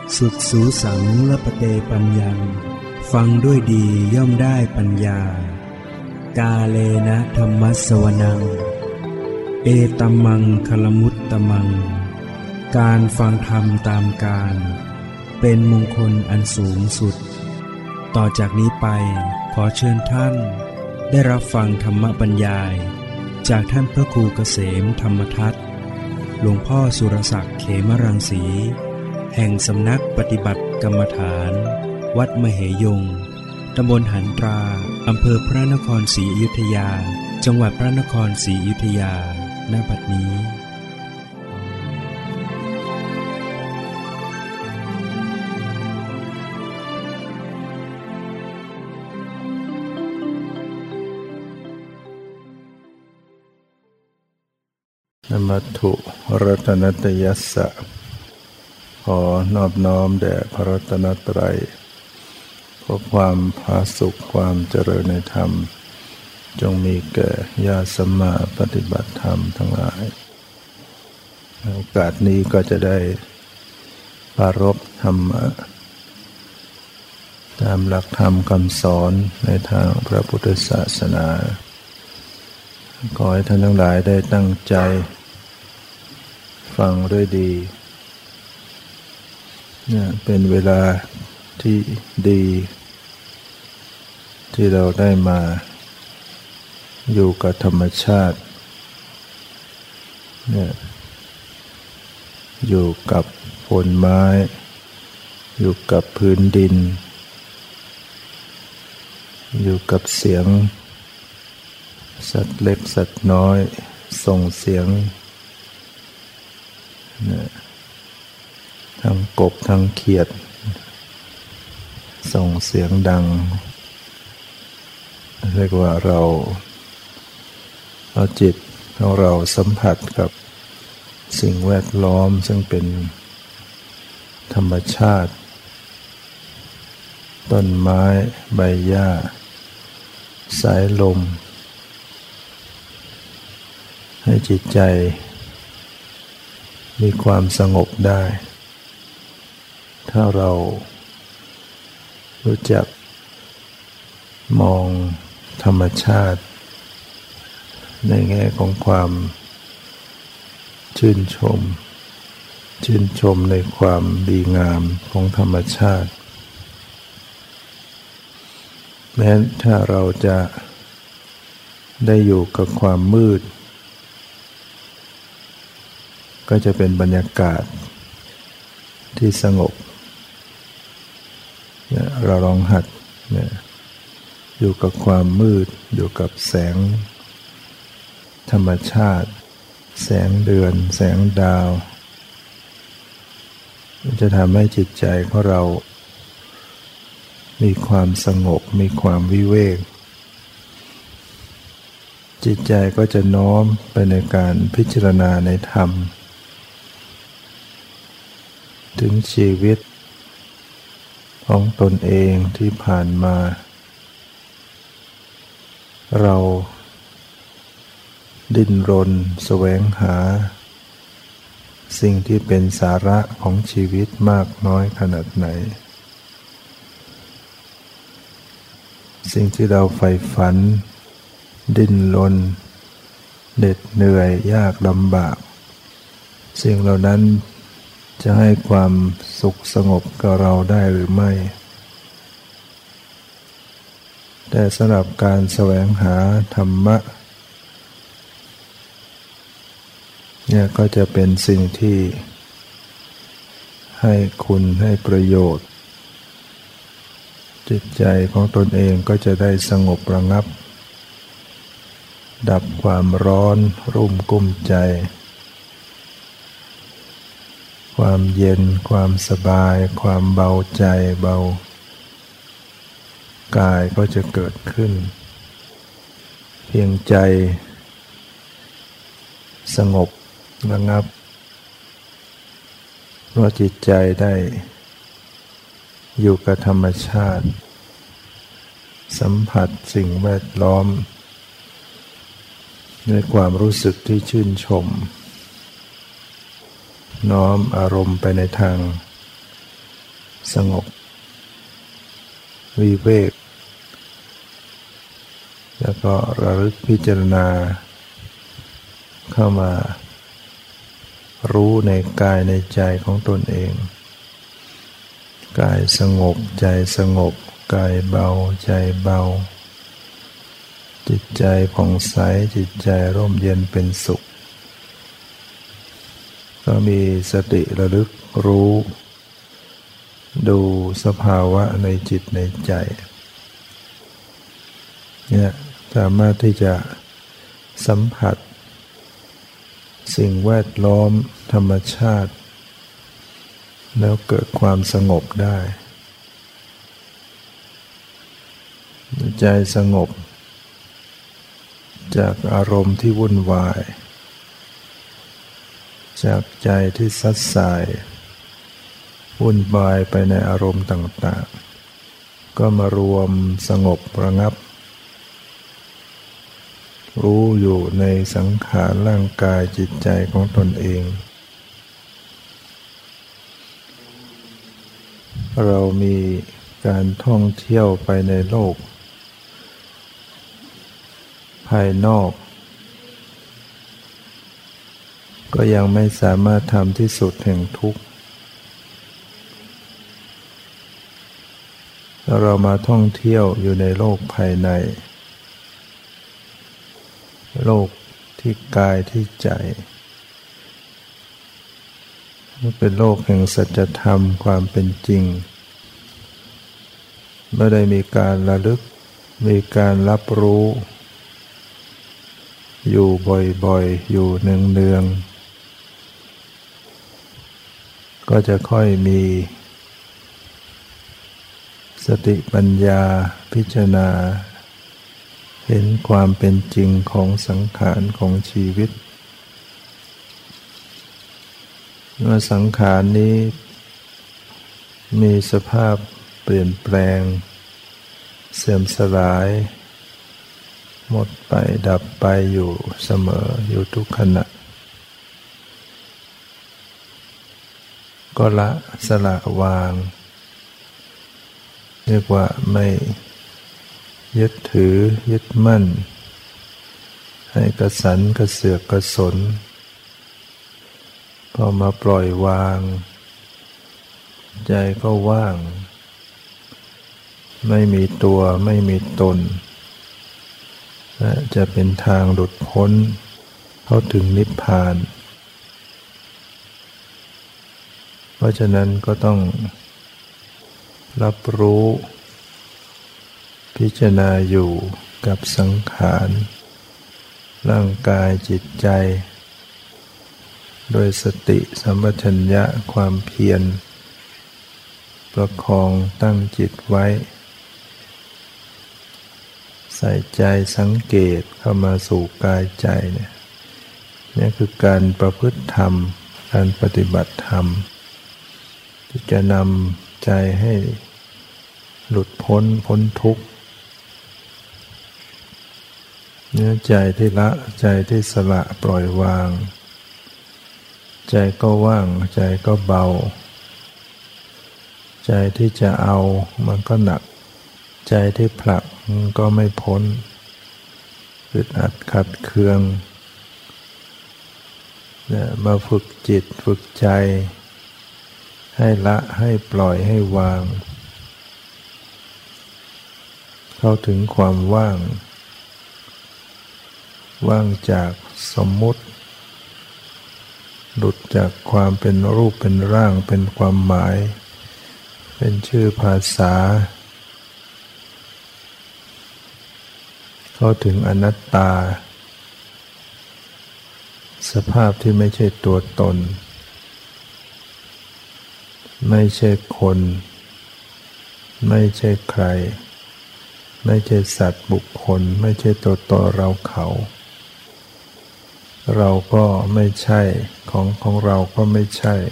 สุดสูสังละปะเตปัญญังฟังด้วยดีย่อมได้ปัญญากาเลนะธัมมัสสวนังเอตัมมังคลมุตตมังการฟังธรรมตามกาลเป็นมงคลอันสูงสุดต่อจากนี้ไปขอเชิญท่านได้รับฟังธรรมบรรยายจากท่านพระครูเกษมธรรมทัศน์หลวงพ่อสุรศักดิ์เขมรังสีแห่งสำนักปฏิบัติกรรมฐานวัดมเหยงตำบลหันตราอำเภอพระนครศรีอยุธยาจังหวัดพระนครศรีอยุธยาณ บัดนี้นมัตถุรัตนตยัสสะขอนอบน้อมแด่พระรัตนตรัยขอความผาสุกความเจริญในธรรมจงมีแก่ญาติสัมมาปฏิบัติธรรมทั้งหลายโอกาสนี้ก็จะได้ปรารภธรรมะตามหลักธรรมคำสอนในทางพระพุทธศาสนาขอให้ท่านทั้งหลายได้ตั้งใจฟังด้วยดีเป็นเวลาที่ดีที่เราได้มาอยู่กับธรรมชาติอยู่กับผลไม้อยู่กับพื้นดินอยู่กับเสียงสัตว์เล็กสัตว์น้อยส่งเสียงทั้งกบทั้งเขียดส่งเสียงดังเรียกว่าเราเอาจิตของเราสัมผัสกับสิ่งแวดล้อมซึ่งเป็นธรรมชาติต้นไม้ใบหญ้าสายลมให้จิตใจมีความสงบได้ถ้าเรารู้จักมองธรรมชาติในแง่ของความชื่นชมในความดีงามของธรรมชาติแม้ถ้าเราจะได้อยู่กับความมืดก็จะเป็นบรรยากาศที่สงบเราลองหัดอยู่กับความมืดอยู่กับแสงธรรมชาติแสงเดือนแสงดาวจะทำให้จิตใจของเรามีความสงบมีความวิเวกจิตใจก็จะน้อมไปในการพิจารณาในธรรมถึงชีวิตของตนเองที่ผ่านมาเราดิ้นรนแสวงหาสิ่งที่เป็นสาระของชีวิตมากน้อยขนาดไหนสิ่งที่เราใฝ่ฝันดิ้นรนเหน็ดเหนื่อยยากลำบากสิ่งเหล่านั้นจะให้ความสุขสงบกับเราได้หรือไม่แต่สำหรับการแสวงหาธรรมะเนี่ยก็จะเป็นสิ่งที่ให้คุณให้ประโยชน์จิตใจของตนเองก็จะได้สงบระงับดับความร้อนรุ่มกุ้มใจความเย็นความสบายความเบาใจเบากายก็จะเกิดขึ้นเพียงใจสงบระงับเพราะจิตใจได้อยู่กับธรรมชาติสัมผัสสิ่งแวดล้อมด้วยความรู้สึกที่ชื่นชม น้อมอารมณ์ไปในทางสงบวิเวกแล้วก็ระลึกพิจารณาเข้ามารู้ในกายในใจของตนเองกายสงบใจสงบกายเบาใจเบาจิตใจผ่องใสจิตใจร่มเย็นเป็นสุขก็มีสติระลึกรู้ดูสภาวะในจิตในใจเนี่ยสามารถที่จะสัมผัสสิ่งแวดล้อมธรรมชาติแล้วเกิดความสงบได้ใจสงบจากอารมณ์ที่วุ่นวายจากใจที่ซัดสายวุ่นวายไปในอารมณ์ต่างๆก็มารวมสงบระงับรู้อยู่ในสังขารร่างกายจิตใจของตนเองเรามีการท่องเที่ยวไปในโลกภายนอกก็ยังไม่สามารถทำที่สุดแห่งทุกข์เรามาท่องเที่ยวอยู่ในโลกภายในโลกที่กายที่ใจมันเป็นโลกแห่งสัจธรรมความเป็นจริงไม่ได้มีการระลึกมีการรับรู้อยู่บ่อยๆอยู่เนืองๆก็จะค่อยมีสติปัญญาพิจารณาเห็นความเป็นจริงของสังขารของชีวิตว่าสังขารนี้มีสภาพเปลี่ยนแปลงเสื่อมสลายหมดไปดับไปอยู่เสมออยู่ทุกขณะก็ละสละวางเรียกว่าไม่ยึดถือยึดมั่นให้กระสันกระเสือกกระสนพอมาปล่อยวางใจก็ว่างไม่มีตัวไม่มีตนและจะเป็นทางหลุดพ้นเข้าถึงนิพพานเพราะฉะนั้นก็ต้องรับรู้พิจารณาอยู่กับสังขารร่างกายจิตใจโดยสติสัมปชัญญะความเพียรประคองตั้งจิตไว้ใส่ใจสังเกตเข้ามาสู่กายใจเนี่ยนี่คือการประพฤติธรรมการปฏิบัติธรรมที่จะนำใจให้หลุดพ้นทุกข์เนื้อใจที่ละใจที่สละปล่อยวางใจก็ว่างใจก็เบาใจที่จะเอามันก็หนักใจที่ผลักมันก็ไม่พ้นอึดอัดขัดเคืองมาฝึกจิตฝึกใจให้ละให้ปล่อยให้วางเข้าถึงความว่างจากสมมุติหลุดจากความเป็นรูปเป็นร่างเป็นความหมายเป็นชื่อภาษาเข้าถึงอนัตตาสภาพที่ไม่ใช่ตัวตนไม่ใช่คนไม่ใช่ใครไม่ใช่สัตว์บุคคลไม่ใช่ตัวตนเราเขาเราก็ไม่ใช่ของเราก็ไม่ใช่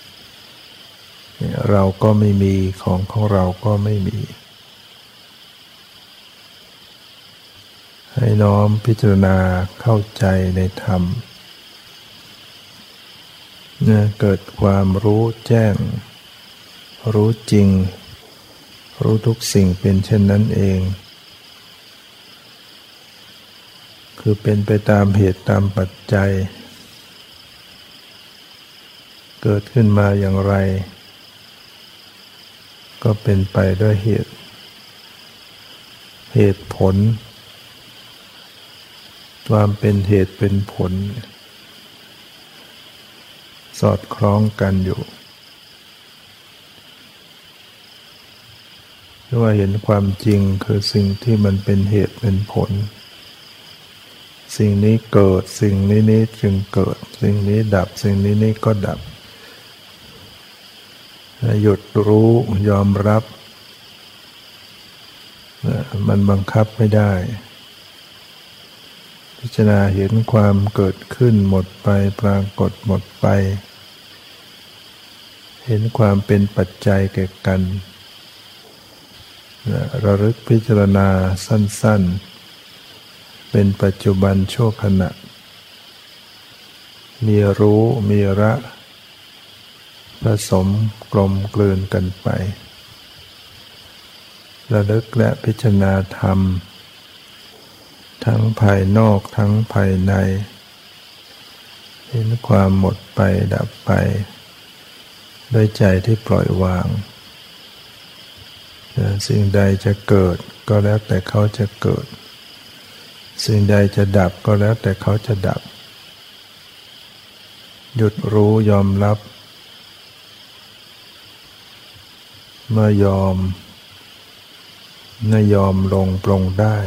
เราก็ไม่มีของเราก็ไม่มีให้น้อมพิจารณาเข้าใจในธรรมเกิดความรู้แจ้งรู้จริงรู้ทุกสิ่งเป็นเช่นนั้นเองคือเป็นไปตามเหตุตามปัจจัยเกิดขึ้นมาอย่างไรก็เป็นไปด้วยเหตุผลความเป็นเหตุเป็นผลสอดคล้องกันอยู่เรียกว่าเห็นความจริงคือสิ่งที่มันเป็นเหตุเป็นผลสิ่งนี้เกิดสิ่งนี้จึงเกิดสิ่งนี้ดับสิ่งนี้ก็ดับหยุดรู้ยอมรับมันบังคับไม่ได้พิจารณาเห็นความเกิดขึ้นหมดไปปรากฏหมดไปเห็นความเป็นปัจจัยแก่กันระลึกพิจารณาสั้นๆเป็นปัจจุบันชั่วขณะมีรู้มีละผสมกลมกลืนกันไประลึกและพิจารณาธรรมทั้งภายนอกทั้งภายในเห็นความหมดไปดับไปด้วยใจที่ปล่อยวางสิ่งใดจะเกิดก็แล้วแต่เขาจะเกิดสิ่งใดจะดับก็แล้วแต่เขาจะดับหยุดรู้ยอมรับเมื่อยอมลงปลงได้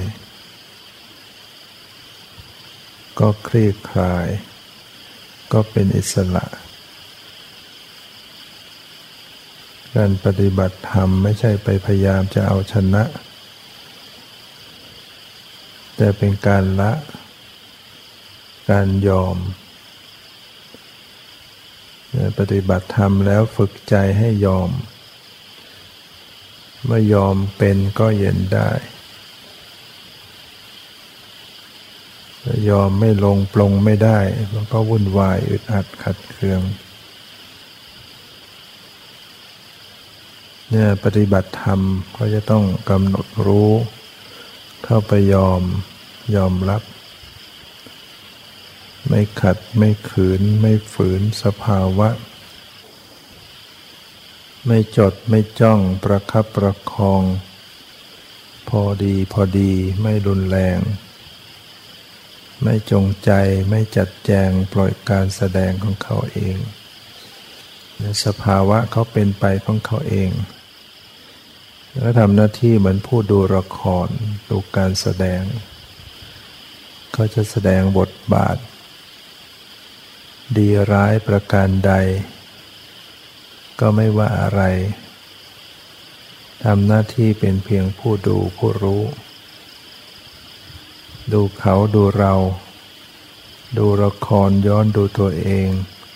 ก็คลี่คลายก็เป็นอิสระการปฏิบัติธรรมไม่ใช่ไปพยายามจะเอาชนะแต่เป็นการละการยอมปฏิบัติธรรมแล้วฝึกใจให้ยอมเมื่อยอมเป็นก็เย็นได้ยอมไม่ลงปลงไม่ได้มันก็วุ่นวายอึดอัดขัดเคืองเนี่ยปฏิบัติธรรมก็จะต้องกำหนดรู้เข้าไปยอมรับไม่ขัดไม่ขืนไม่ฝืนสภาวะไม่จดไม่จ้องประคับประคองพอดีไม่รุนแรงไม่จงใจไม่จัดแจงปล่อยการแสดงของเขาเองสภาวะเขาเป็นไปของเขาเองแล้วทำหน้าที่เหมือนผู้ดูละครดูการแสดงเขาจะแสดงบทบาทดีร้ายประการใดก็ไม่ว่าอะไรทำหน้าที่เป็นเพียงผู้ดูผู้รู้ดูเขาดูเราดูละครย้อนดูตัวเอง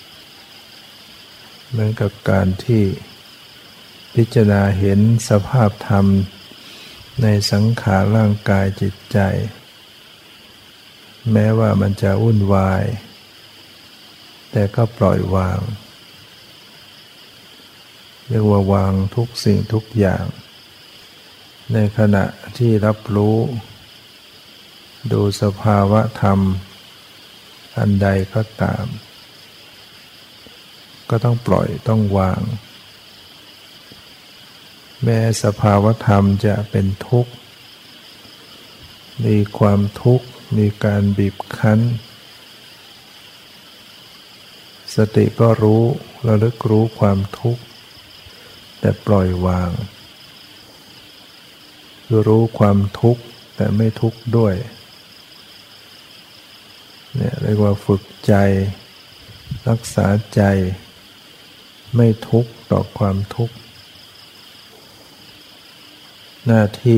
เหมือนกับการที่พิจารณาเห็นสภาพธรรมในสังขารร่างกายจิตใจแม้ว่ามันจะวุ่นวายแต่ก็ปล่อยวางเรียกว่าวางทุกสิ่งทุกอย่างในขณะที่รับรู้ดูสภาวะธรรมอันใดก็ตามก็ต้องปล่อยต้องวางแม้สภาวะธรรมจะเป็นทุกข์มีความทุกข์มีการบีบคั้นสติก็รู้ระลึกรู้ความทุกข์แต่ปล่อยวางคือรู้ความทุกข์แต่ไม่ทุกข์ด้วยเนี่ยเรียกว่าฝึกใจรักษาใจไม่ทุกข์ต่อความทุกข์หน้าที่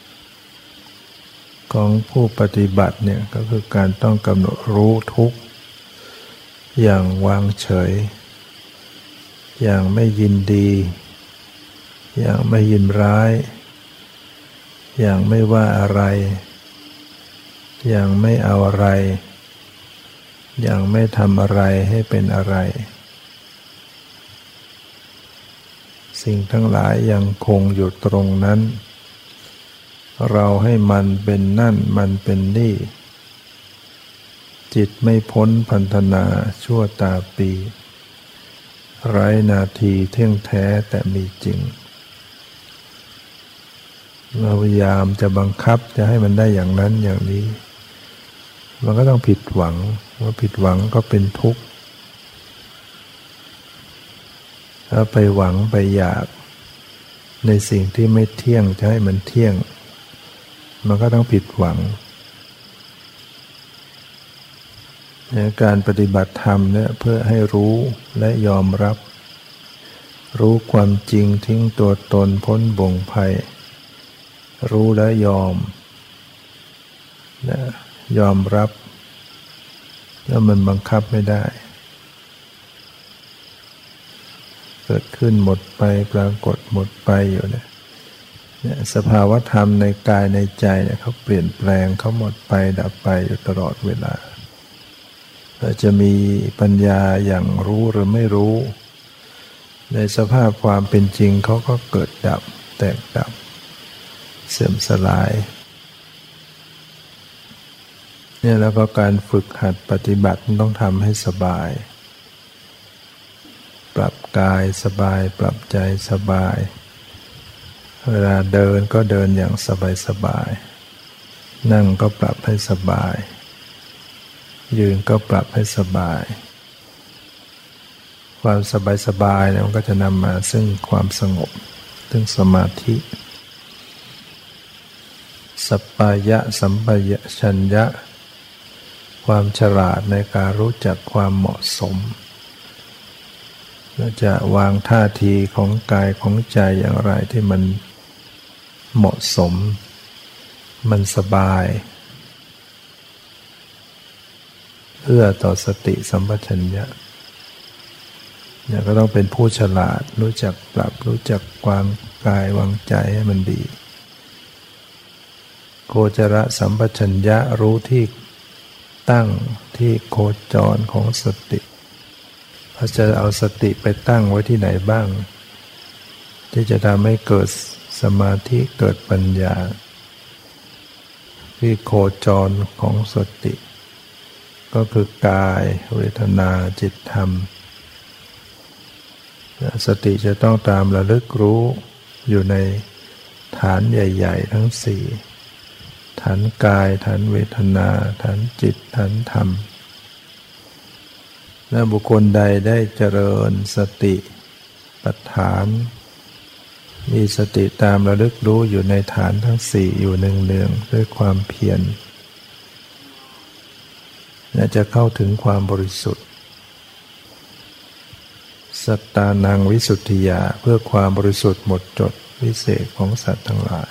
ของผู้ปฏิบัติเนี่ยก็คือการต้องกำหนดรู้ทุกข์อย่างวางเฉยอย่างไม่ยินดีอย่างไม่ยินร้ายอย่างไม่ว่าอะไรอย่างไม่เอาอะไรอย่างไม่ทำอะไรให้เป็นอะไรสิ่งทั้งหลายยังคงอยู่ตรงนั้นเราให้มันเป็นนั่นมันเป็นนี่จิตไม่พ้นพันธนาชั่วตาปีไร้นาทีเที่ยงแท้แต่มีจริงเราพยายามจะบังคับจะให้มันได้อย่างนั้นอย่างนี้มันก็ต้องผิดหวังว่าผิดหวังก็เป็นทุกข์ถ้าไปหวังไปอยากในสิ่งที่ไม่เที่ยงจะให้มันเที่ยงมันก็ต้องผิดหวังการปฏิบัติธรรมเนี่ยเพื่อให้รู้และยอมรับรู้ความจริงทิ้งตัวตนพ้นบ่วงภัยรู้และยอมรับแล้วมันบังคับไม่ได้เกิดขึ้นหมดไปปรากฏหมดไปอยู่เนี่ยสภาวธรรมในกายในใจเนี่ยเขาเปลี่ยนแปลงเขาหมดไปดับไปอยู่ตลอดเวลาเราจะมีปัญญาอย่างรู้หรือไม่รู้ในสภาพความเป็นจริงเขาก็เกิดดับแตกดับเสื่อมสลายเนี่ยแล้วก็การฝึกหัดปฏิบัติต้องทำให้สบายปรับกายสบายปรับใจสบายเวลาเดินก็เดินอย่างสบายๆนั่งก็ปรับให้สบายยืนก็ปรับให้สบายความสบายๆเนี่ยมันก็จะนำมาซึ่งความสงบซึ่งสมาธิสัปปายะสัมปชัญญะความฉลาดในการรู้จักความเหมาะสมและจะวางท่าทีของกายของใจอย่างไรที่มันเหมาะสมมันสบายเอื้อต่อสติสัมปชัญญะเนี่ยก็ต้องเป็นผู้ฉลาดรู้จักปรับรู้จักวางกายวางใจให้มันดีโคจรสัมปชัญญะรู้ที่ตั้งที่โคจรของสติเราจะเอาสติไปตั้งไว้ที่ไหนบ้างที่จะทำให้เกิดสมาธิเกิดปัญญาที่โคจรของสติก็คือกายเวทนาจิตธรรมสติจะต้องตามระลึกรู้อยู่ในฐานใหญ่ๆทั้งสี่ฐานกายฐานเวทนาฐานจิตฐานธรรมและบุคคลใดได้เจริญสติปัฏฐานมีสติตามระลึกรู้อยู่ในฐานทั้งสี่อยู่เนืองๆด้วยความเพียรและจะเข้าถึงความบริสุทธิ์สัตตานังวิสุทธิยาเพื่อความบริสุทธิ์หมดจดวิเศษของสัตว์ทั้งหลาย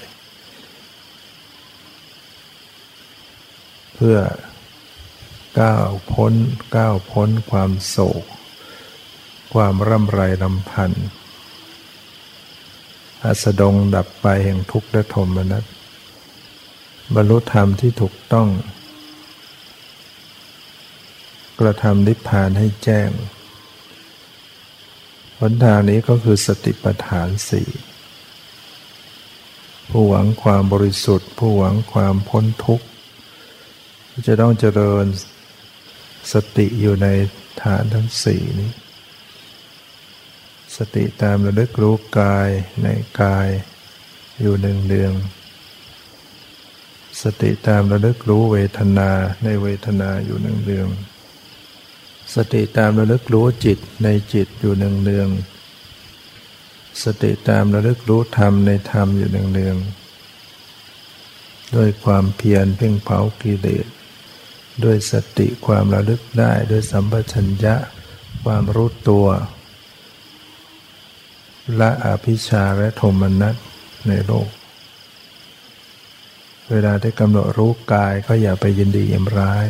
เพื่อก้าวพ้นความโศกความร่ำไรรำพันอัสดงดับไปแห่งทุกข์และโทมนัสบรรลุธรรมที่ถูกต้องกระทำนิพพานให้แจ้งหนทางนี้ก็คือสติปัฏฐานสี่ผู้หวังความบริสุทธิ์ผู้หวังความพ้นทุกข์จะต้องเจริญสติอยู่ในฐานทั้งสี่นี้สติตามระลึกรู้กายในกายอยู่เนืองๆสติตามระลึกรู้เวทนาในเวทนาอยู่เนืองๆสติตามระลึกรู้จิตในจิตอยู่เนืองๆสติตามระลึกรู้ธรรมในธรรมอยู่เนืองๆด้วยความเพียรเพ่งเผากิเลสด้วยสติความระลึกได้ด้วยสัมปชัญญะความรู้ตัวละอภิชฌาและโทมนัสในโลกเวลาที่กำหนดรู้กายก็อย่าไปยินดียินร้าย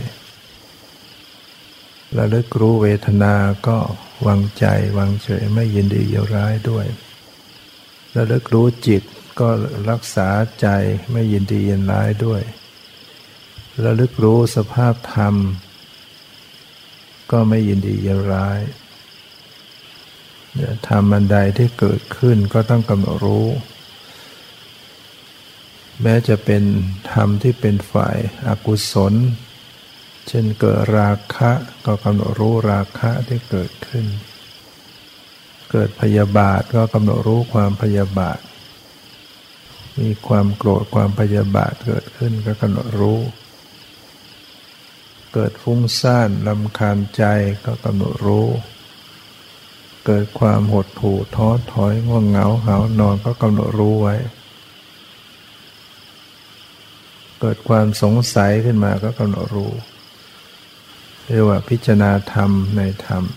ระลึกรู้เวทนาก็วางใจวางเฉยไม่ยินดียินร้ายด้วยระลึกรู้จิตก็รักษาใจไม่ยินดียินร้ายด้วยระลึกรู้สภาพธรรมก็ไม่ยินดียินร้ายธรรมอันใดที่เกิดขึ้นก็ต้องกำหนดรู้แม้จะเป็นธรรมที่เป็นฝ่ายอกุศลเช่นเกิดราคะก็กำหนดรู้ราคะที่เกิดขึ้นเกิดพยาบาทก็กำหนดรู้ความพยาบาทมีความโกรธความพยาบาทเกิดขึ้นก็กำหนดรู้เกิดฟุ้งซ่านรำคาญใจก็กำหนดรู้เกิดความหดหู่ท้อถอยง่วงเหงาหาวนอนก็กำหนดรู้ไว้เกิดความสงสัยขึ้นมาก็กำหนดรู้เรียกว่าพิจารณาธรรมในธรรม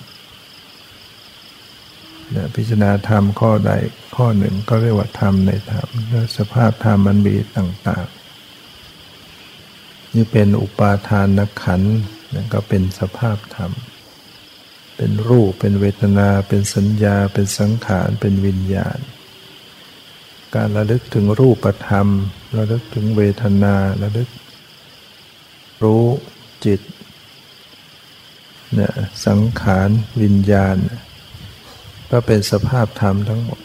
พิจารณาธรรมข้อใดข้อหนึ่งก็เรียกว่าธรรมในธรรมสภาพธรรมมันมีต่างๆนี่เป็นอุปาทานขันธ์นั่นก็เป็นสภาพธรรมเป็นรูปเป็นเวทนาเป็นสัญญาเป็นสังขารเป็นวิญญาณการระลึกถึงรูปธรรมระลึกถึงเวทนาระลึกรู้จิตเนี่ยสังขารวิญญาณก็เป็นสภาพธรรมทั้งหมด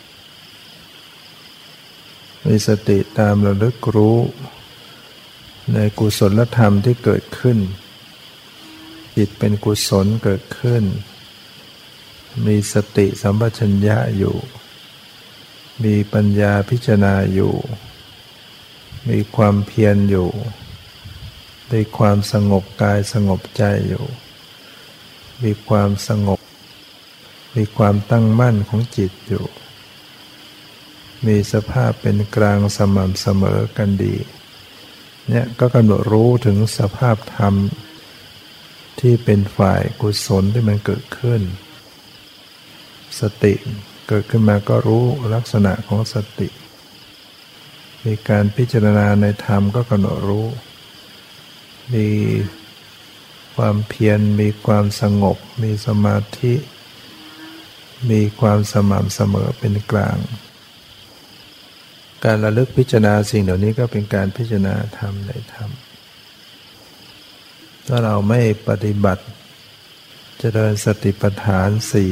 มีสติตามระลึกรู้ในกุศลธรรมที่เกิดขึ้นจิตเป็นกุศลเกิดขึ้นมีสติสัมปชัญญะอยู่มีปัญญาพิจารณาอยู่มีความเพียรอยู่มีความสงบกายสงบใจอยู่มีความสงบมีความตั้งมั่นของจิตอยู่มีสภาพเป็นกลางสม่ำเสมอกันดีเนี่ยก็กำหนดรู้ถึงสภาพธรรมที่เป็นฝ่ายกุศลที่มันเกิดขึ้นสติเกิดขึ้นมาก็รู้ลักษณะของสติมีการพิจารณาในธรรมก็กำหนดรู้มีความเพียรมีความสงบมีสมาธิมีความสม่ำเสมอเป็นกลางการระลึกพิจารณาสิ่งเหล่านี้ก็เป็นการพิจารณาธรรมในธรรมถ้าเราไม่ปฏิบัติเจริญสติปัฏฐานสี่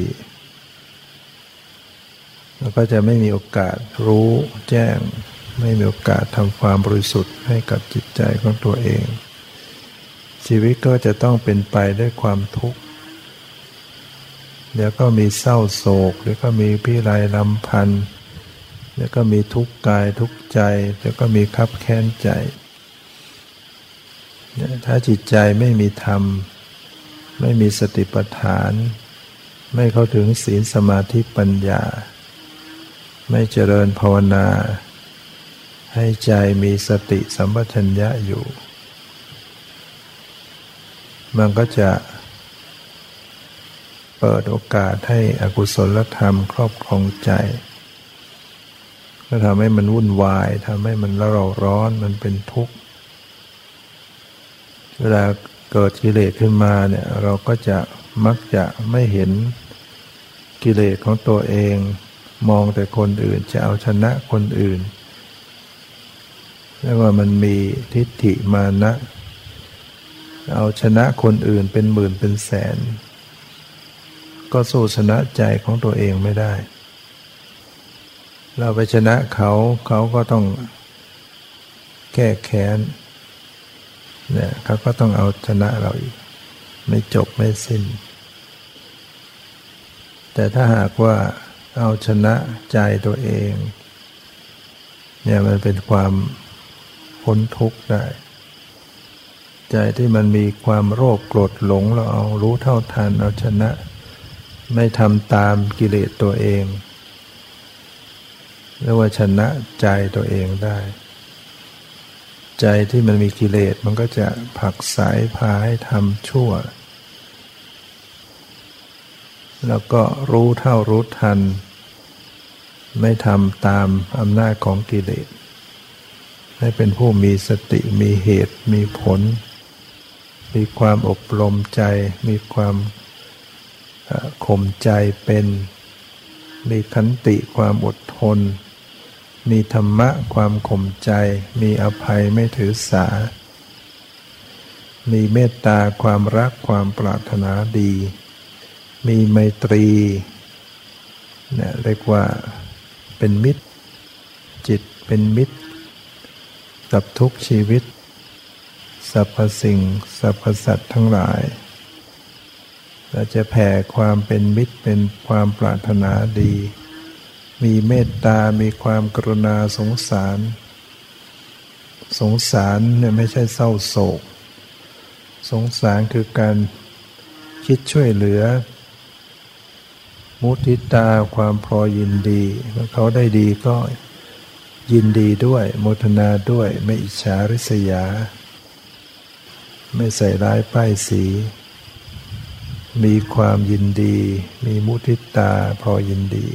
เราก็จะไม่มีโอกาสรู้แจ้งไม่มีโอกาสทำความบริสุทธิ์ให้กับจิตใจของตัวเองชีวิตก็จะต้องเป็นไปด้วยความทุกข์เดี๋ยวก็มีเศร้าโศกเดี๋ยวก็มีพิไรรำพันเดี๋ยวก็มีทุกข์กายทุกข์ใจเดี๋ยวก็มีคับแค้นใจถ้าจิตใจไม่มีธรรมไม่มีสติปัฏฐานไม่เข้าถึงศีลสมาธิปัญญาไม่เจริญภาวนาให้ใจมีสติสัมปชัญญะอยู่มันก็จะเปิดโอกาสให้อกุศลธรรมครอบครองใจก็ทำให้มันวุ่นวายทำให้มันเร่าร้อนมันเป็นทุกข์เวลาเกิดกิเลสขึ้นมาเนี่ยเราก็จะมักจะไม่เห็นกิเลสของตัวเองมองแต่คนอื่นจะเอาชนะคนอื่นเรียกว่ามันมีทิฏฐิมานะเอาชนะคนอื่นเป็นหมื่นเป็นแสนก็สู้ชนะใจของตัวเองไม่ได้เราไปชนะเขาก็ต้องแก้แค้นเนี่ยเขาก็ต้องเอาชนะเราอีกไม่จบไม่สิ้นแต่ถ้าหากว่าเอาชนะใจตัวเองเนี่ยมันเป็นความพ้นทุกข์ได้ใจที่มันมีความโลภโกรธหลงเราเอารู้เท่าทันเอาชนะไม่ทำตามกิเลสตัวเองเรียกว่าชนะใจตัวเองได้ใจที่มันมีกิเลสมันก็จะผลักไสพาให้ทำชั่วแล้วก็รู้เท่ารู้ทันไม่ทำตามอำนาจของกิเลสให้เป็นผู้มีสติมีเหตุมีผลมีความอบรมใจมีความข่มใจเป็นมีขันติความอดทนมีธรรมะความข่มใจมีอภัยไม่ถือสามีเมตตาความรักความปรารถนาดีมีไมตรีเนี่ยเรียกว่าเป็นมิตรจิตเป็นมิตรกับทุกชีวิตสรรพสิ่งสรรพสัตว์ทั้งหลายเราจะแผ่ความเป็นมิตรเป็นความปรารถนาดีมีเมตตามีความกรุณาสงสารเนี่ยไม่ใช่เศร้าโศกสงสารคือการคิดช่วยเหลือมุทิตาความพอยินดีเมื่อเขาได้ดีก็ยินดีด้วยโมทนาด้วยไม่อิจฉาริษยาไม่ใส่ร้ายป้ายสีมีความยินดีมีมุทิตาพอยินดี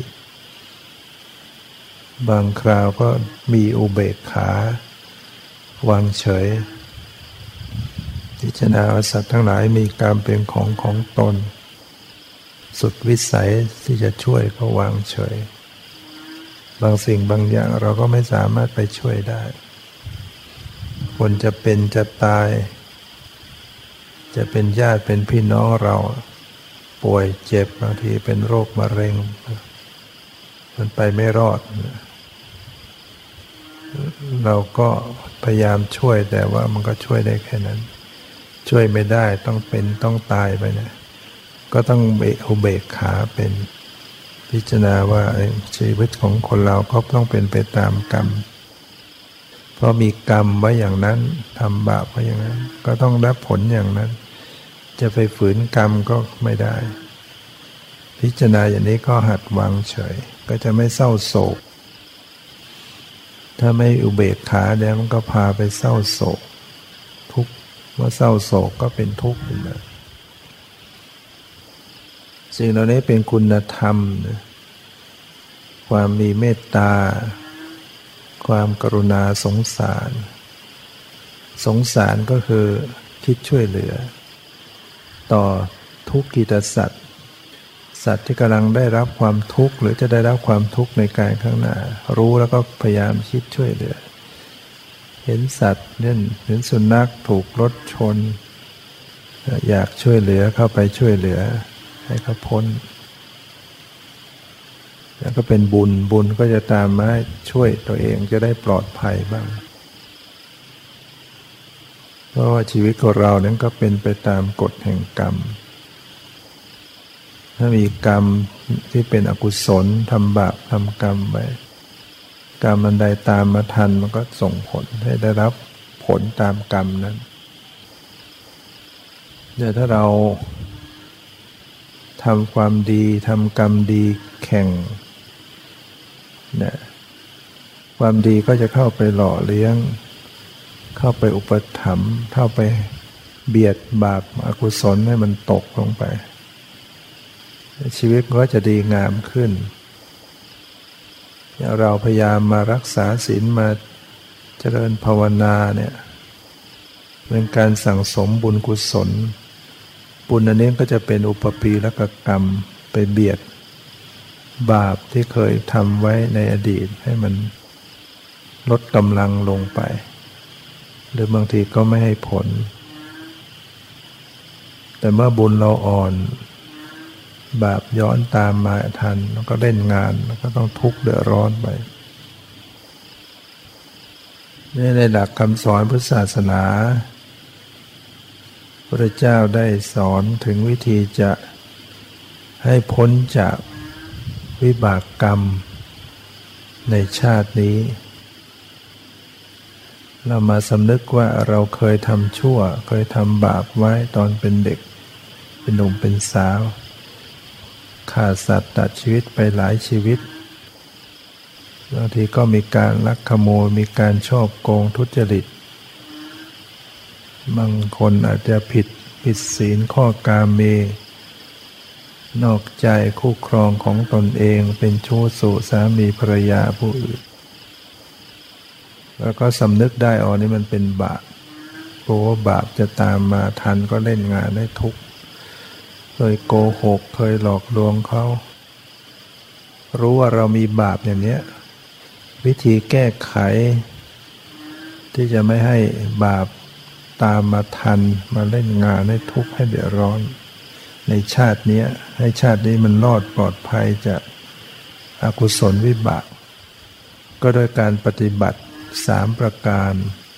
บางคราวก็มีอุเบกขาวางเฉยพิจารณาว่าสัตว์ทั้งหลายมีกรรมเป็นของตนสุดวิสัยที่จะช่วยก็วางเฉยบางสิ่งบางอย่างเราก็ไม่สามารถไปช่วยได้คนจะเป็นจะตายจะเป็นญาติเป็นพี่น้องเราป่วยเจ็บบางทีเป็นโรคมะเร็งมันไปไม่รอดเราก็พยายามช่วยแต่ว่ามันก็ช่วยได้แค่นั้นช่วยไม่ได้ต้องเป็นต้องตายไปนะก็ต้องอุเบกขาเป็นพิจารณาว่าชีวิตของคนเราก็ต้องเป็นไปตามกรรมเพราะมีกรรมไว้อย่างนั้นทำบาปไว้อย่างนั้นก็ต้องรับผลอย่างนั้นจะไปฝืนกรรมก็ไม่ได้พิจารณาอย่างนี้ก็หัดวางเฉยก็จะไม่เศร้าโศกถ้าไม่อุเบกขาแล้วมันก็พาไปเศร้าโศกทุกข์ว่าเศร้าโศกก็เป็นทุกข์ขึ้นมาสิ่งเหล่านี้เป็นคุณธรรมนะความมีเมตตาความกรุณาสงสารก็คือคิดช่วยเหลือต่อทุกขิตสัตว์ที่กำลังได้รับความทุกข์หรือจะได้รับความทุกข์ในการข้างหน้ารู้แล้วก็พยายามคิดช่วยเหลือเห็นสัตว์เห็นสุนัขถูกรถชนอยากช่วยเหลือเข้าไปช่วยเหลือให้เขาพ้นแล้วก็เป็นบุญก็จะตามมาให้ช่วยตัวเองจะได้ปลอดภัยบ้างเพราะว่าชีวิตของเรานั้นก็เป็นไปตามกฎแห่งกรรมถ้ามีกรรมที่เป็นอกุศลทำบาปทำกรรมไว้กรรมอันใดตามมาทันมันก็ส่งผลให้ได้รับผลตามกรรมนั้นแต่ถ้าเราทำความดีทำกรรมดีแข่งเนี่ยความดีก็จะเข้าไปหล่อเลี้ยงเข้าไปอุปถัมภ์เข้าไปเบียดบาปอกุศลให้มันตกลงไปชีวิตก็จะดีงามขึ้นเราพยายามมารักษาศีลมาเจริญภาวนาเนี่ยเป็นการสั่งสมบุญกุศลบุญอันนี้ก็จะเป็นอุปปีและกรรมไปเบียดบาปที่เคยทำไว้ในอดีตให้มันลดกำลังลงไปหรือบางทีก็ไม่ให้ผลแต่เมื่อบุญเราอ่อนบาปย้อนตามมาทันแล้วก็เล่นงานแล้วก็ต้องทุกข์เดือดร้อนไปในหลักคำสอนพุทธศาสนาพระเจ้าได้สอนถึงวิธีจะให้พ้นจากวิบากกรรมในชาตินี้เรามาสำนึกว่าเราเคยทำชั่วเคยทำบาปไว้ตอนเป็นเด็กเป็นหนุ่มเป็นสาวฆ่าสัตว์ตัดชีวิตไปหลายชีวิตบางทีก็มีการลักขโมยมีการฉ้อโกงทุจริตบางคนอาจจะผิดศีลข้อกาเมนอกใจคู่ครองของตนเองเป็นชู้สู่สามีภรรยาผู้อื่นแล้วก็สำนึกได้นี่มันเป็นบาปเพราะว่าบาปจะตามมาทันก็เล่นงานได้ทุกข์เคยโกหกเคยหลอกลวงเขารู้ว่าเรามีบาปอย่างนี้วิธีแก้ไขที่จะไม่ให้บาปตามมาทันมาเล่นงานให้ทุกข์ให้เดือดร้อนในชาตินี้ให้ชาตินี้มันรอดปลอดภัยจากอกุศลวิบากก็โดยการปฏิบัติ3ประการ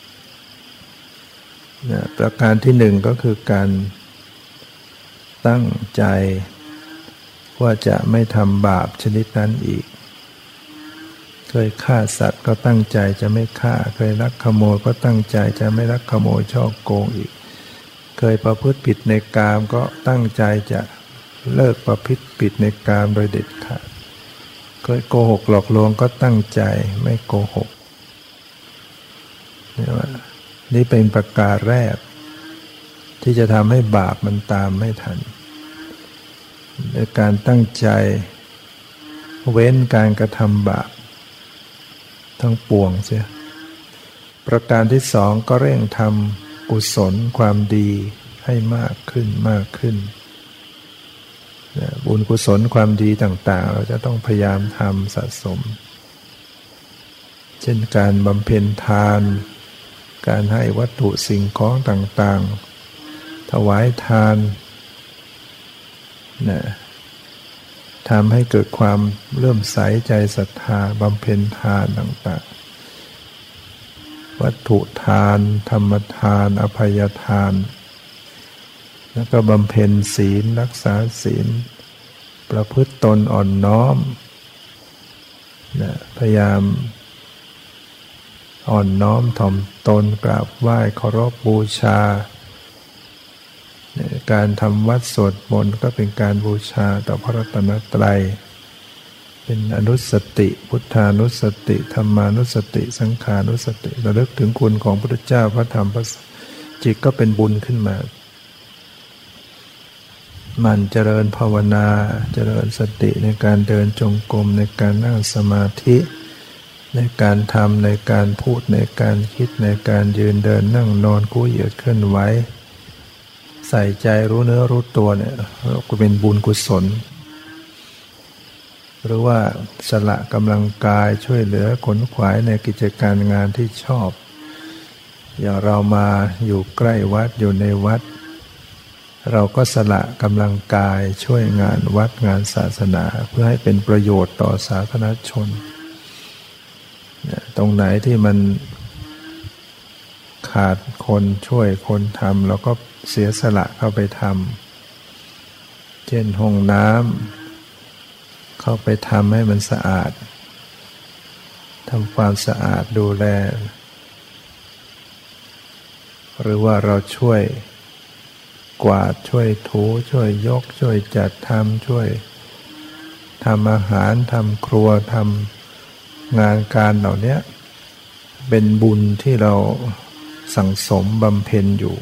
ประการที่1ก็คือการตั้งใจว่าจะไม่ทำบาปชนิดนั้นอีกเคยฆ่าสัตว์ก็ตั้งใจจะไม่ฆ่าเคยลักขโมยก็ตั้งใจจะไม่ลักขโมยฉ้อโกงอีกเคยประพฤติผิดในกามก็ตั้งใจจะเลิกประพฤติผิดในกามโดยเด็ดขาดเคยโกหกหลอกลวงก็ตั้งใจไม่โกหกนี่เป็นประการแรกที่จะทำให้บาปมันตามไม่ทันในการตั้งใจเว้นการกระทำบาปทั้งปวงเสียประการที่2ก็เร่งทำกุศลความดีให้มากขึ้นมากขึ้นบุญกุศลความดีต่างๆเราจะต้องพยายามทำสะสมเช่นการบำเพ็ญทานการให้วัตถุสิ่งของต่างๆถวายทานทำให้เกิดความเลื่อมใสใจศรัทธาบำเพ็ญทานต่างๆวัตถุทานธรรมทานอภัยทานแล้วก็บำเพ็ญศีลรักษาศีลประพฤติตนอ่อนน้อมพยายามอ่อนน้อมถ่อมตนกราบไหว้เคารพบูชาการทำวัดสวดมนต์ก็เป็นการบูชาต่อพระรัตนตรัยเป็นอนุสติพุทธานุสติธรรมานุสติสังฆานุสติระลึกถึงคุณของพระพุทธเจ้าพระธรรมพระจิตก็เป็นบุญขึ้นมามันเจริญภาวนาเจริญสติในการเดินจงกรมในการนั่งสมาธิในการทำในการพูดในการคิดในการยืนเดินนั่งนอนคู่เหยียดเคลื่อนไหวใส่ใจรู้เนื้อรู้ตัวเนี่ยก็เป็นบุญกุศลหรือว่าสละกำลังกายช่วยเหลือขนขวายในกิจการงานที่ชอบอย่างเรามาอยู่ใกล้วัดอยู่ในวัดเราก็สละกำลังกายช่วยงานวัดงานศาสนาเพื่อให้เป็นประโยชน์ต่อสาธารณชนตรงไหนที่มันขาดคนช่วยคนทำเราก็เสียสละเข้าไปทำเช่นห้องน้ำเข้าไปทำให้มันสะอาดทำความสะอาดดูแลหรือว่าเราช่วยกวาดช่วยถูช่วยยกช่วยจัดทำช่วยทำอาหารทำครัวทำงานการเหล่านี้เป็นบุญที่เราสั่งสมบำเพ็ญอยู่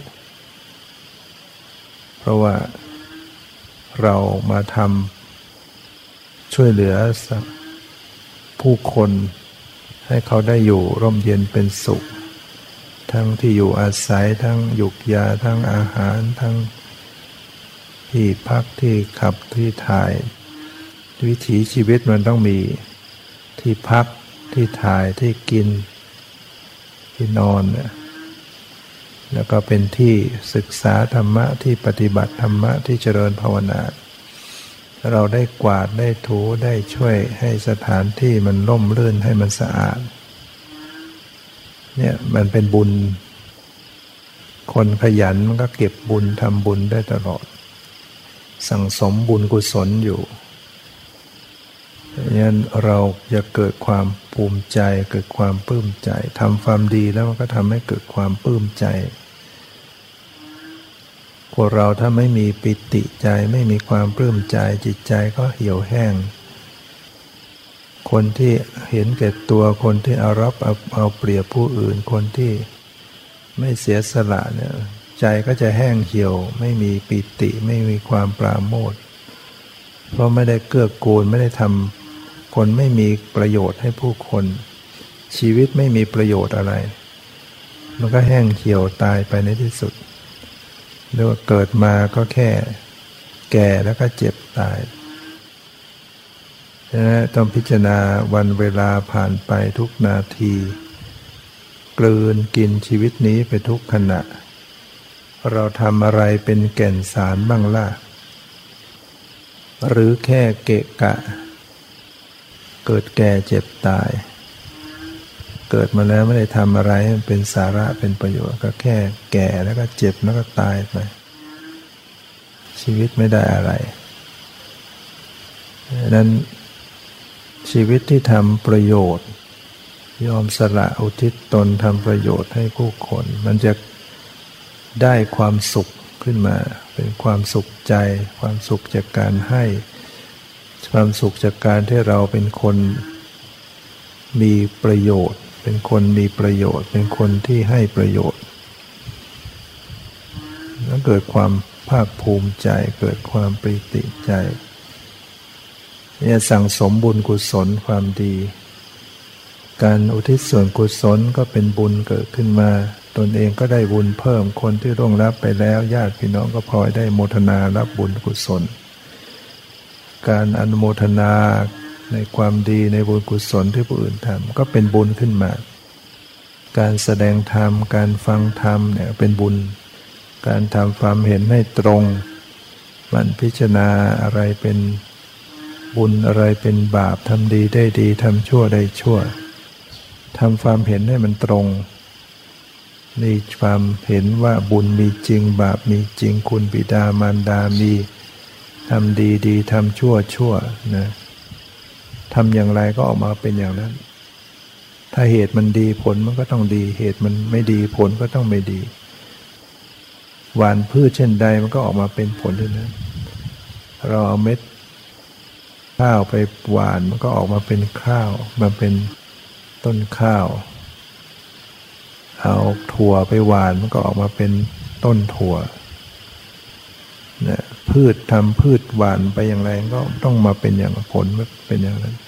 เพราะว่าเรามาทำช่วยเหลือผู้คนให้เขาได้อยู่ร่มเย็นเป็นสุขทั้งที่อยู่อาศัยทั้งหยุกยาทั้งอาหารทั้งที่พักที่ขับที่ถ่ายวิถีชีวิตมันต้องมีที่พักที่ถ่ายที่กินที่นอนแล้วก็เป็นที่ศึกษาธรรมะที่ปฏิบัติธรรมะที่เจริญภาวนาเราได้กวาดได้ถูได้ช่วยให้สถานที่มันร่มรื่นให้มันสะอาดเนี่ยมันเป็นบุญคนขยันมันก็เก็บบุญทำบุญได้ตลอดสั่งสมบุญกุศลอยู่ดังนั้นเราจะเกิดความภูมิใจเกิดความปลื้มใจทำความดีแล้วมันก็ทำให้เกิดความปลื้มใจพวกเราถ้าไม่มีปิติใจไม่มีความปลื้มใจจิตใจก็เหี่ยวแห้งคนที่เห็นแก่ตัวคนที่เอาเปรียบผู้อื่นคนที่ไม่เสียสละเนี่ยใจก็จะแห้งเหี่ยวไม่มีปิติไม่มีความปราโมทย์เพราะไม่ได้เกื้อกูลไม่ได้ทำคนไม่มีประโยชน์ให้ผู้คนชีวิตไม่มีประโยชน์อะไรมันก็แห้งเหี่ยวตายไปในที่สุดเรียกว่าเกิดมาก็แค่แก่แล้วก็เจ็บตายต้องพิจารณาวันเวลาผ่านไปทุกนาทีกลืนกินชีวิตนี้ไปทุกขณะเราทำอะไรเป็นแก่นสารบ้างล่ะหรือแค่เกะกะเกิดแก่เจ็บตายเกิดมาแล้วไม่ได้ทำอะไรให้มันเป็นสาระเป็นประโยชน์ก็แค่แก่แล้วก็เจ็บแล้วก็ตายไปชีวิตไม่ได้อะไรดังนั้นชีวิตที่ทำประโยชน์ยอมสละอุทิศตนทำประโยชน์ให้ผู้คนมันจะได้ความสุขขึ้นมาเป็นความสุขใจความสุขจากการให้ความสุขจากการที่เราเป็นคนมีประโยชน์เป็นคนมีประโยชน์เป็นคนที่ให้ประโยชน์แล้วเกิดความภาคภูมิใจเกิดความปรีติใจเนี่ยสั่งสมบุญกุศลความดีการอุทิศส่วนกุศลก็เป็นบุญเกิดขึ้นมาตนเองก็ได้บุญเพิ่มคนที่ร่วงลับไปแล้วญาติพี่น้องก็พลอยได้โมทนารับบุญกุศลการอนุโมทนาในความดีในบุญกุศลที่ผู้อื่นทำก็เป็นบุญขึ้นมาการแสดงธรรมการฟังธรรมเนี่ยเป็นบุญการทำความเห็นให้ตรงมันพิจารณาอะไรเป็นบุญอะไรเป็นบาปทำดีได้ดีทำชั่วได้ชั่วทำความเห็นให้มันตรงมีความเห็นว่าบุญมีจริงบาปมีจริงคุณบิดามารดามีทำดีดีทำชั่วชั่วนะทำอย่างไรก็ออกมาเป็นอย่างนั้นถ้าเหตุมันดีผลมันก็ต้องดีเหตุมันไม่ดีผลก็ต้องไม่ดีหว่านพืชเช่นใดมันก็ออกมาเป็นผลด้วยนะเราเอาเม็ดข้าวไปหว่านมันก็ออกมาเป็นข้าวมาเป็นต้นข้าวเอาถั่วไปหว่านมันก็ออกมาเป็นต้นถั่วเนี่ยพืชทำพืชหว่านไปอย่างไรก็ต้องมาเป็นอย่างผลเป็นอย่างนั้น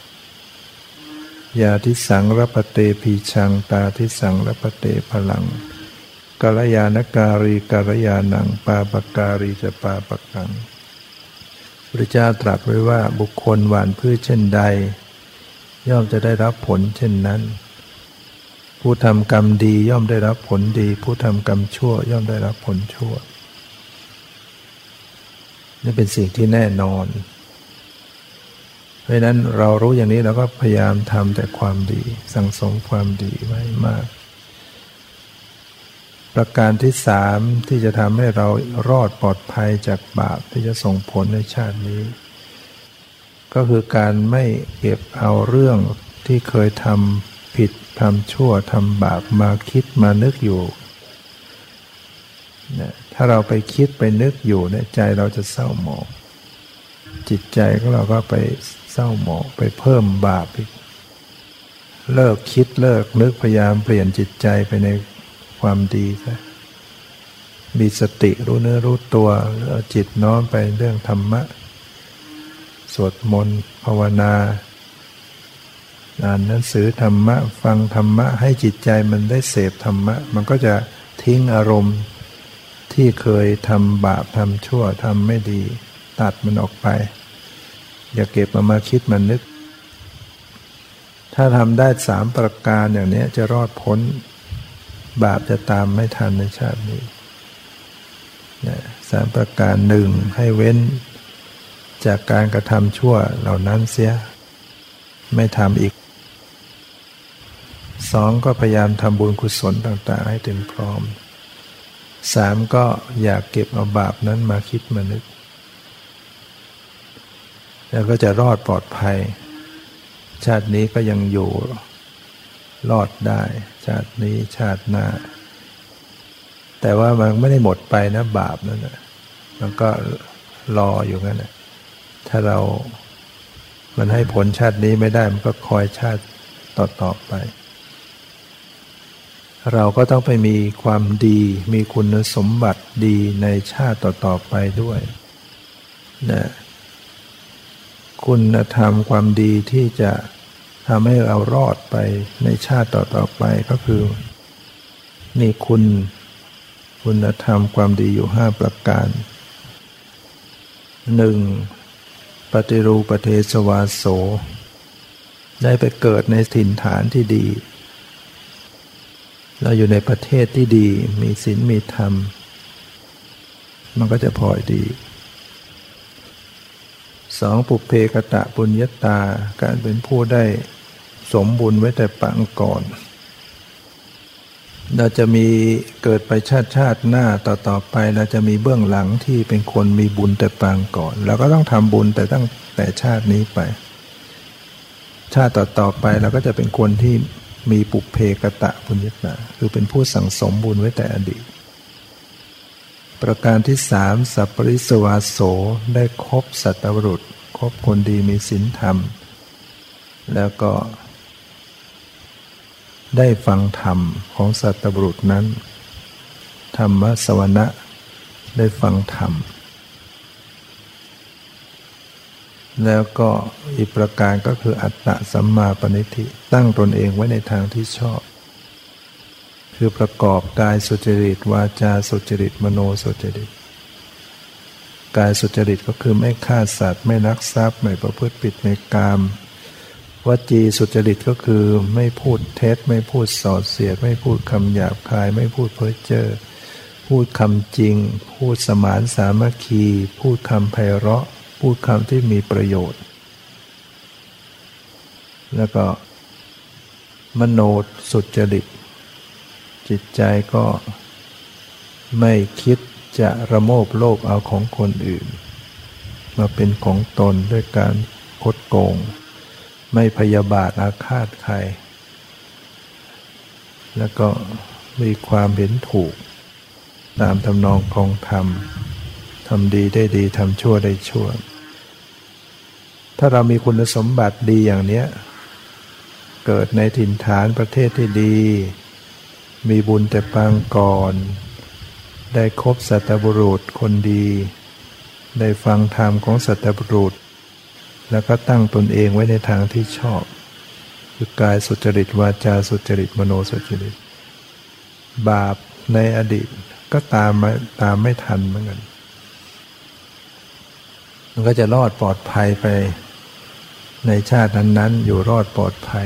ยาทิสังรัปเตพีชังตาทิสังรัปเตพลังกัลยาณการีกัลยาณังปาปการีจะปาปกังพระเจ้าตรัสไว้ว่าบุคคลหว่านพืชเช่นใดย่อมจะได้รับผลเช่นนั้นผู้ทำกรรมดีย่อมได้รับผลดีผู้ทำกรรมชั่วย่อมได้รับผลชั่วนี่เป็นสิ่งที่แน่นอนเพราะฉะนั้นเรารู้อย่างนี้เราก็พยายามทำแต่ความดีสั่งสมความดีไว้มากประการที่สามที่จะทำให้เรารอดปลอดภัยจากบาปที่จะส่งผลในชาตินี้ก็คือการไม่เก็บเอาเรื่องที่เคยทำผิดทำชั่วทำบาปมาคิดมานึกอยู่ถ้าเราไปคิดไปนึกอยู่เนี่ยใจเราจะเศร้าหมองจิตใจของเราก็ไปเศร้าหมองไปเพิ่มบาปอีกเลิกคิดเลิกนึกพยายามเปลี่ยนจิตใจไปในความดีซะมีสติรู้เนื้อรู้ตัวเอาจิตน้อมไปเรื่องธรรมะสวดมนต์ภาวนาอ่านหนังสือธรรมะฟังธรรมะให้จิตใจมันได้เสพธรรมะมันก็จะทิ้งอารมณ์ที่เคยทำบาปทำชั่วทำไม่ดีตัดมันออกไปอย่าเก็บมาคิดมันนึกถ้าทำได้3ประการอย่างนี้จะรอดพ้นบาปจะตามไม่ทันในชาตินี้3ประการ1ให้เว้นจากการกระทำชั่วเหล่านั้นเสียไม่ทำอีก2ก็พยายามทำบุญกุศลต่างๆให้ถึงพร้อม3ก็อย่าเก็บเอาบาปนั้นมาคิดมานึกแล้วก็จะรอดปลอดภัยชาตินี้ก็ยังอยู่รอดได้ชาตินี้ชาติหน้าแต่ว่ามันไม่ได้หมดไปนะบาปนั่นนะมันก็รออยู่งั้นนะถ้ามันให้ผลชาตินี้ไม่ได้มันก็คอยชาติต่อไปเราก็ต้องไปมีความดีมีคุณสมบัติดีในชาติต่อไปด้วยนะคุณธรรมความดีที่จะทำให้เรารอดไปในชาติต่อไปก็คือมีคุณธรรมความดีอยู่5ประการ 1. ปฏิรูปเทสวาโสได้ไปเกิดในถิ่นฐานที่ดีเราอยู่ในประเทศที่ดีมีศีลมีธรรมมันก็จะพลอยดี 2ปุพเพกตปุญญตาการเป็นผู้ได้สมบุญไว้แต่ปางก่อนเราจะมีเกิดไปชาติหน้าต่อไปเราจะมีเบื้องหลังที่เป็นคนมีบุญแต่ปางก่อนเราก็ต้องทำบุญแต่ตั้งแต่ชาตินี้ไปชาติต่อไปเราก็จะเป็นคนที่มีปุพเพกตปุญญตาคือเป็นผู้สั่งสมบุญไว้แต่อดีตประการที่3สัพปริสวาโสได้คบสัตบุรุษคบคนดีมีศีลธรรมแล้วก็ได้ฟังธรรมของสัตบุรุษนั้นธรรมสวนะได้ฟังธรรมแล้วก็อีกประการก็คืออัตตสัมมาปณิธิตั้งตนเองไว้ในทางที่ชอบคือประกอบกายสุจริตวาจาสุจริตมโนสุจริตกายสุจริตก็คือไม่ฆ่าสัตว์ไม่ลักทรัพย์ไม่ประพฤติผิดในกามวจีสุจริตก็คือไม่พูดเท็จไม่พูดส่อเสียดไม่พูดคำหยาบคายไม่พูดเพ้อเจ้อพูดคำจริงพูดสมานสามัคคีพูดคำไพเราะพูดคำที่มีประโยชน์แล้วก็มโนสุจริตจิตใจก็ไม่คิดจะระโมบโลภเอาของคนอื่นมาเป็นของตนด้วยการคดโกงไม่พยาบาทอาฆาตใครแล้วก็มีความเห็นถูกตามทำนองครองธรรมทำดีได้ดีทำชั่วได้ชั่วถ้าเรามีคุณสมบัติดีอย่างนี้เกิดในถิ่นฐานประเทศที่ดีมีบุญแต่ปางก่อนได้คบสัตบุรุษคนดีได้ฟังธรรมของสัตบุรุษแล้วก็ตั้งตนเองไว้ในทางที่ชอบคือกายสุจริตวาจาสุจริตมโนสุจริตบาปในอดีตก็ตามไม่ทันเหมือนกันมันก็จะรอดปลอดภัยไปในชาตินั้นๆอยู่รอดปลอดภัย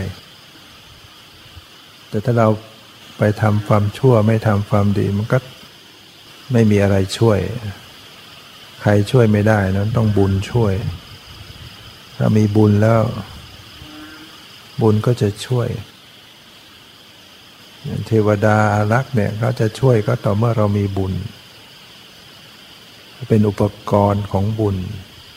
แต่ถ้าเราไปทำความชั่วไม่ทำความดีมันก็ไม่มีอะไรช่วยใครช่วยไม่ได้นั้นต้องบุญช่วยถ้ามีบุญแล้วบุญก็จะช่วยเทวดาอารักษ์เนี่ยเขาจะช่วยก็ต่อเมื่อเรามีบุญเป็นอุปกรณ์ของบุญ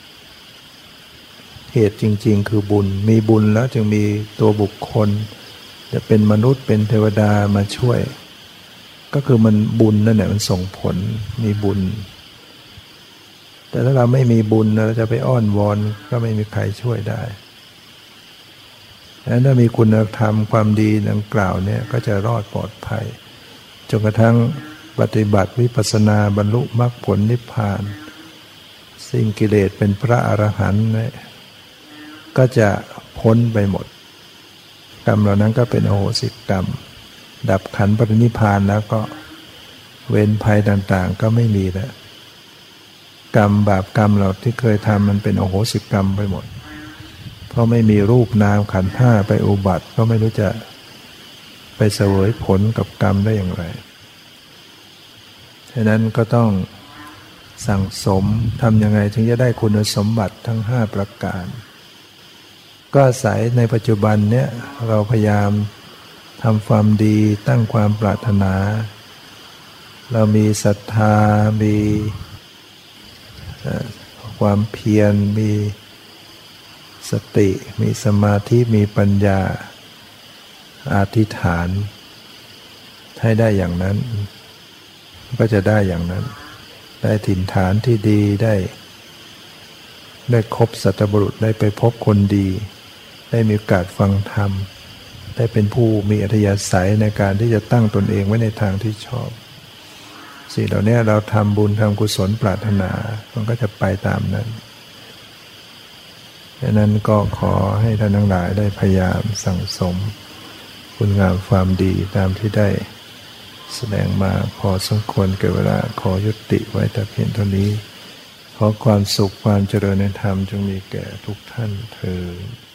เหตุจริงๆคือบุญมีบุญแล้วจึงมีตัวบุคคลจะเป็นมนุษย์เป็นเทวดามาช่วยก็คือมันบุญนั่นแหละมันส่งผลมีบุญแต่ถ้าเราไม่มีบุญเราจะไปอ้อนวอนก็ไม่มีใครช่วยได้ดังนั้นถ้ามีคุณธรรมความดีดังกล่าวเนี่ยก็จะรอดปลอดภัยจนกระทั่งปฏิบัติวิปัสสนาบรรลุมรรคผลนิพพานสิ้นกิเลสเป็นพระอรหันต์ก็จะพ้นไปหมดกรรมเหล่านั้นก็เป็นอโหสิกรรมดับขันธ์ปรินิพพานแล้วก็เวรภัยต่างๆก็ไม่มีแล้วกรรมบาปกรรมเราที่เคยทำมันเป็นอโหสิกรรมไปหมดเพราะไม่มีรูปนามขันธ์ห้าไปอุบัติก็ไม่รู้จะไปเสวยผลกับกรรมได้อย่างไรฉะนั้นก็ต้องสั่งสมทำยังไงถึงจะได้คุณสมบัติทั้ง5ประการก็อาศัยในปัจจุบันเนี้ยเราพยายามทำความดีตั้งความปรารถนาเรามีศรัทธามีความเพียรมีสติมีสมาธิมีปัญญาอธิษฐานให้ได้อย่างนั้นก็จะได้อย่างนั้นได้ถิ่นฐานที่ดีได้คบสัตบุรุษได้ไปพบคนดีได้มีโอกาสฟังธรรมได้เป็นผู้มีอัธยาศัยในการที่จะตั้งตนเองไว้ในทางที่ชอบสิ่งเหล่านี้เราทำบุญทำกุศลปรารถนามันก็จะไปตามนั้นดังนั้นก็ขอให้ท่านทั้งหลายได้พยายามสั่งสมคุณงามความดีตามที่ได้แสดงมาพอสมควรแก่เวลาขอยุติไว้แต่เพียงเท่านี้ขอความสุขความเจริญในธรรมจงมีแก่ทุกท่านเทอญ